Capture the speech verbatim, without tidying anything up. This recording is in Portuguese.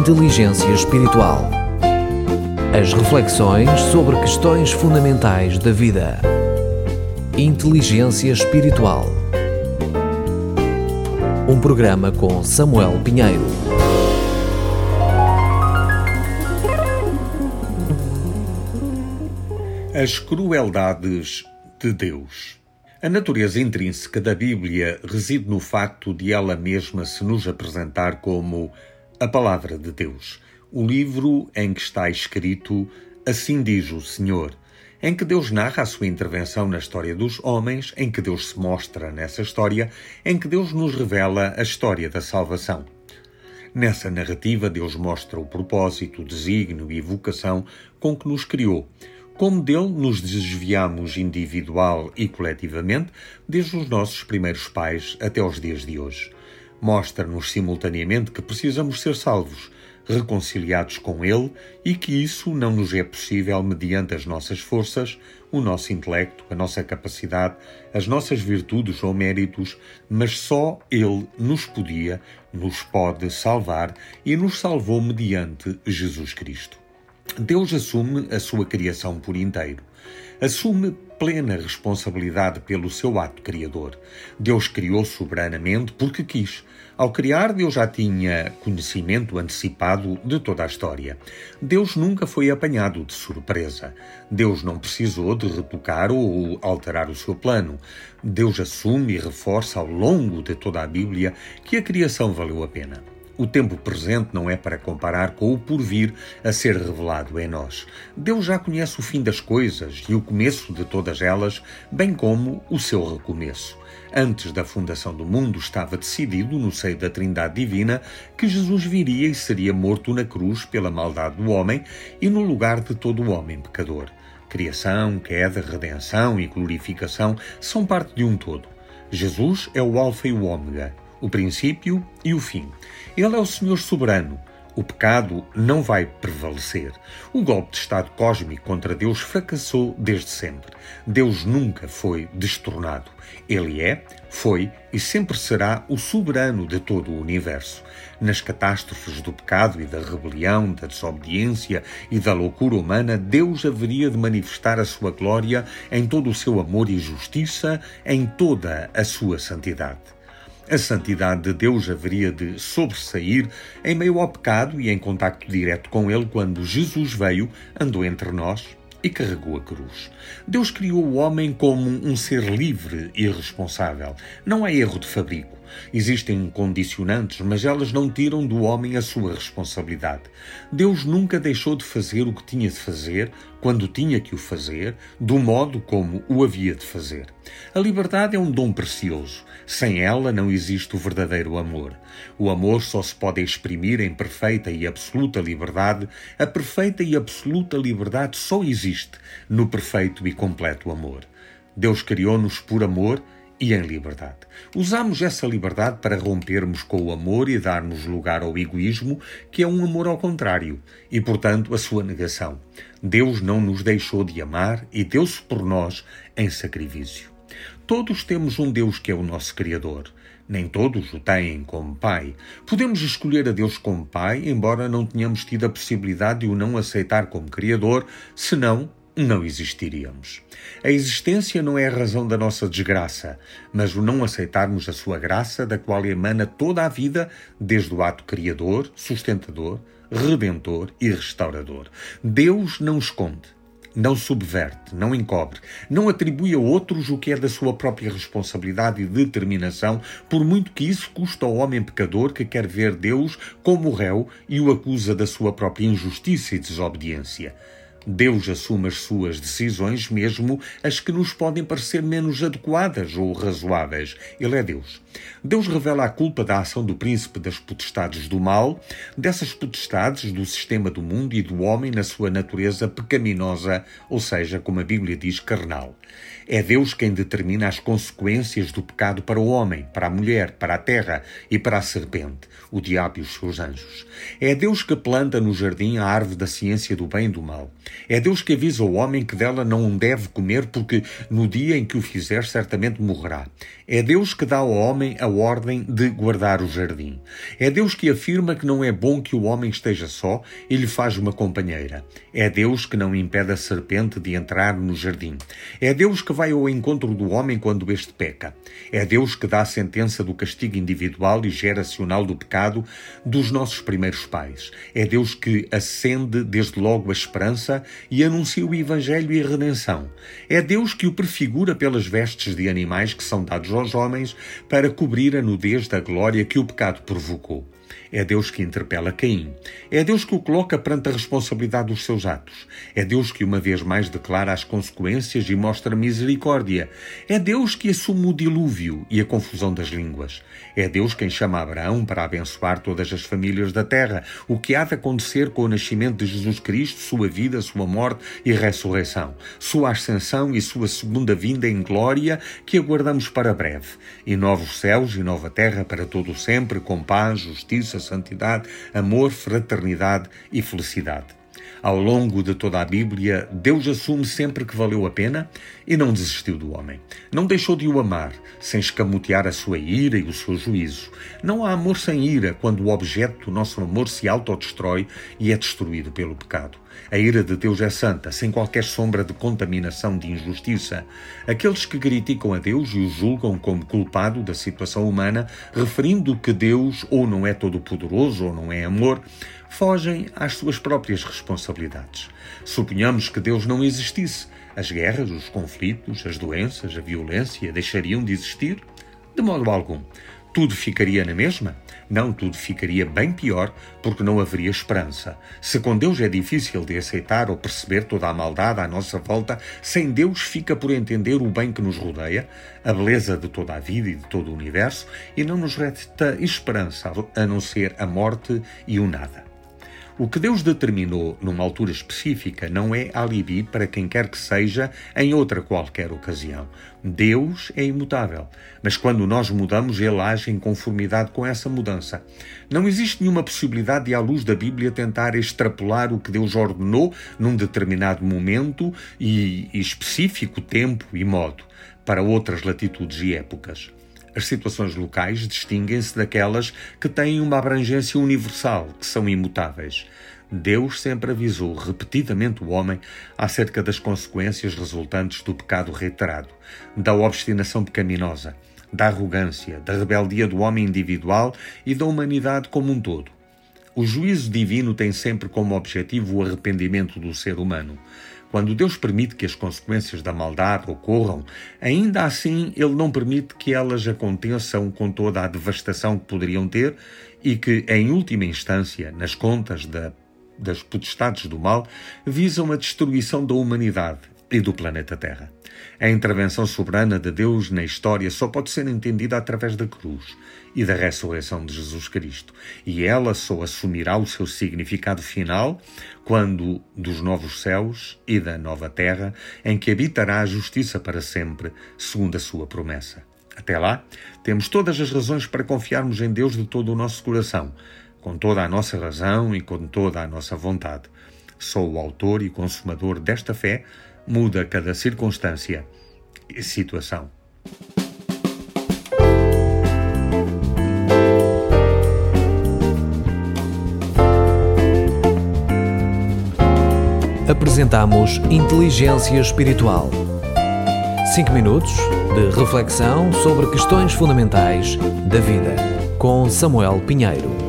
Inteligência Espiritual. As reflexões sobre questões fundamentais da vida. Inteligência Espiritual. Um programa com Samuel Pinheiro. As crueldades de Deus. A natureza intrínseca da Bíblia reside no facto de ela mesma se nos apresentar como a Palavra de Deus, o livro em que está escrito "Assim diz o Senhor", em que Deus narra a sua intervenção na história dos homens, em que Deus se mostra nessa história, em que Deus nos revela a história da salvação. Nessa narrativa, Deus mostra o propósito, o desígnio e vocação com que nos criou, como dele nos desviamos individual e coletivamente, desde os nossos primeiros pais até aos dias de hoje. Mostra-nos simultaneamente que precisamos ser salvos, reconciliados com ele, e que isso não nos é possível mediante as nossas forças, o nosso intelecto, a nossa capacidade, as nossas virtudes ou méritos, mas só ele nos podia, nos pode salvar e nos salvou mediante Jesus Cristo. Deus assume a sua criação por inteiro. Assume plena responsabilidade pelo seu ato criador. Deus criou soberanamente porque quis. Ao criar, Deus já tinha conhecimento antecipado de toda a história. Deus nunca foi apanhado de surpresa. Deus não precisou de retocar ou alterar o seu plano. Deus assume e reforça ao longo de toda a Bíblia que a criação valeu a pena. O tempo presente não é para comparar com o porvir a ser revelado em nós. Deus já conhece o fim das coisas e o começo de todas elas, bem como o seu recomeço. Antes da fundação do mundo estava decidido, no seio da Trindade Divina, que Jesus viria e seria morto na cruz pela maldade do homem e no lugar de todo o homem pecador. Criação, queda, redenção e glorificação são parte de um todo. Jesus é o Alfa e o Ômega, o princípio e o fim. Ele é o Senhor soberano. O pecado não vai prevalecer. O golpe de Estado cósmico contra Deus fracassou desde sempre. Deus nunca foi destornado. Ele é, foi e sempre será o soberano de todo o universo. Nas catástrofes do pecado e da rebelião, da desobediência e da loucura humana, Deus haveria de manifestar a sua glória em todo o seu amor e justiça, em toda a sua santidade. A santidade de Deus haveria de sobressair em meio ao pecado e em contacto direto com ele quando Jesus veio, andou entre nós e carregou a cruz. Deus criou o homem como um ser livre e responsável. Não há erro de fabrico. Existem condicionantes, mas elas não tiram do homem a sua responsabilidade. Deus nunca deixou de fazer o que tinha de fazer, quando tinha que o fazer, do modo como o havia de fazer. A liberdade é um dom precioso. Sem ela não existe o verdadeiro amor. O amor só se pode exprimir em perfeita e absoluta liberdade. A perfeita e absoluta liberdade só existe no perfeito e completo amor. Deus criou-nos por amor e em liberdade. Usamos essa liberdade para rompermos com o amor e darmos lugar ao egoísmo, que é um amor ao contrário, e, portanto, a sua negação. Deus não nos deixou de amar e deu-se por nós em sacrifício. Todos temos um Deus que é o nosso Criador. Nem todos o têm como Pai. Podemos escolher a Deus como Pai, embora não tenhamos tido a possibilidade de o não aceitar como Criador, senão não existiríamos. A existência não é a razão da nossa desgraça, mas o não aceitarmos a sua graça, da qual emana toda a vida, desde o ato criador, sustentador, redentor e restaurador. Deus não esconde, não subverte, não encobre, não atribui a outros o que é da sua própria responsabilidade e determinação, por muito que isso custe ao homem pecador que quer ver Deus como réu e o acusa da sua própria injustiça e desobediência. Deus assume as suas decisões, mesmo as que nos podem parecer menos adequadas ou razoáveis. Ele é Deus. Deus revela a culpa da ação do príncipe das potestades do mal, dessas potestades do sistema do mundo e do homem na sua natureza pecaminosa, ou seja, como a Bíblia diz, carnal. É Deus quem determina as consequências do pecado para o homem, para a mulher, para a terra e para a serpente, o diabo e os seus anjos. É Deus que planta no jardim a árvore da ciência do bem e do mal. É Deus que avisa o homem que dela não deve comer, porque no dia em que o fizer certamente morrerá. É Deus que dá ao homem a ordem de guardar o jardim. É Deus que afirma que não é bom que o homem esteja só e lhe faz uma companheira. É Deus que não impede a serpente de entrar no jardim. É Deus que vai ao encontro do homem quando este peca. É Deus que dá a sentença do castigo individual e geracional do pecado dos nossos primeiros pais. É Deus que acende desde logo a esperança e anuncia o Evangelho e a redenção. É Deus que o prefigura pelas vestes de animais que são dados aos homens para cobrir a nudez da glória que o pecado provocou. É Deus que interpela Caim. É Deus que o coloca perante a responsabilidade dos seus atos. É Deus que uma vez mais declara as consequências e mostra misericórdia. É Deus que assume o dilúvio e a confusão das línguas. É Deus quem chama Abraão para abençoar todas as famílias da terra, o que há de acontecer com o nascimento de Jesus Cristo, sua vida, sua morte e ressurreição, sua ascensão e sua segunda vinda em glória, que aguardamos para breve, e novos céus e nova terra para todo o sempre, com paz, justiça, santidade, amor, fraternidade e felicidade. Ao longo de toda a Bíblia, Deus assume sempre que valeu a pena e não desistiu do homem. Não deixou de o amar, sem escamotear a sua ira e o seu juízo. Não há amor sem ira quando o objeto do nosso amor se autodestrói e é destruído pelo pecado. A ira de Deus é santa, sem qualquer sombra de contaminação de injustiça. Aqueles que criticam a Deus e o julgam como culpado da situação humana, referindo que Deus ou não é todo-poderoso ou não é amor, fogem às suas próprias responsabilidades. Suponhamos que Deus não existisse. As guerras, os conflitos, as doenças, a violência deixariam de existir? De modo algum. Tudo ficaria na mesma? Não, tudo ficaria bem pior, porque não haveria esperança. Se com Deus é difícil de aceitar ou perceber toda a maldade à nossa volta, sem Deus fica por entender o bem que nos rodeia, a beleza de toda a vida e de todo o universo, e não nos resta esperança a não ser a morte e o nada. O que Deus determinou numa altura específica não é alibi para quem quer que seja em outra qualquer ocasião. Deus é imutável, mas quando nós mudamos, Ele age em conformidade com essa mudança. Não existe nenhuma possibilidade de, à luz da Bíblia, tentar extrapolar o que Deus ordenou num determinado momento e específico tempo e modo para outras latitudes e épocas. As situações locais distinguem-se daquelas que têm uma abrangência universal, que são imutáveis. Deus sempre avisou repetidamente o homem acerca das consequências resultantes do pecado reiterado, da obstinação pecaminosa, da arrogância, da rebeldia do homem individual e da humanidade como um todo. O juízo divino tem sempre como objetivo o arrependimento do ser humano. Quando Deus permite que as consequências da maldade ocorram, ainda assim Ele não permite que elas aconteçam com toda a devastação que poderiam ter e que, em última instância, nas contas da, das potestades do mal, visam a destruição da humanidade e do planeta Terra. A intervenção soberana de Deus na história só pode ser entendida através da cruz e da ressurreição de Jesus Cristo, e ela só assumirá o seu significado final quando dos novos céus e da nova terra, em que habitará a justiça para sempre, segundo a sua promessa. Até lá, temos todas as razões para confiarmos em Deus de todo o nosso coração, com toda a nossa razão e com toda a nossa vontade. Só o autor e consumador desta fé muda cada circunstância e situação. Apresentamos Inteligência Espiritual. cinco minutos de reflexão sobre questões fundamentais da vida, com Samuel Pinheiro.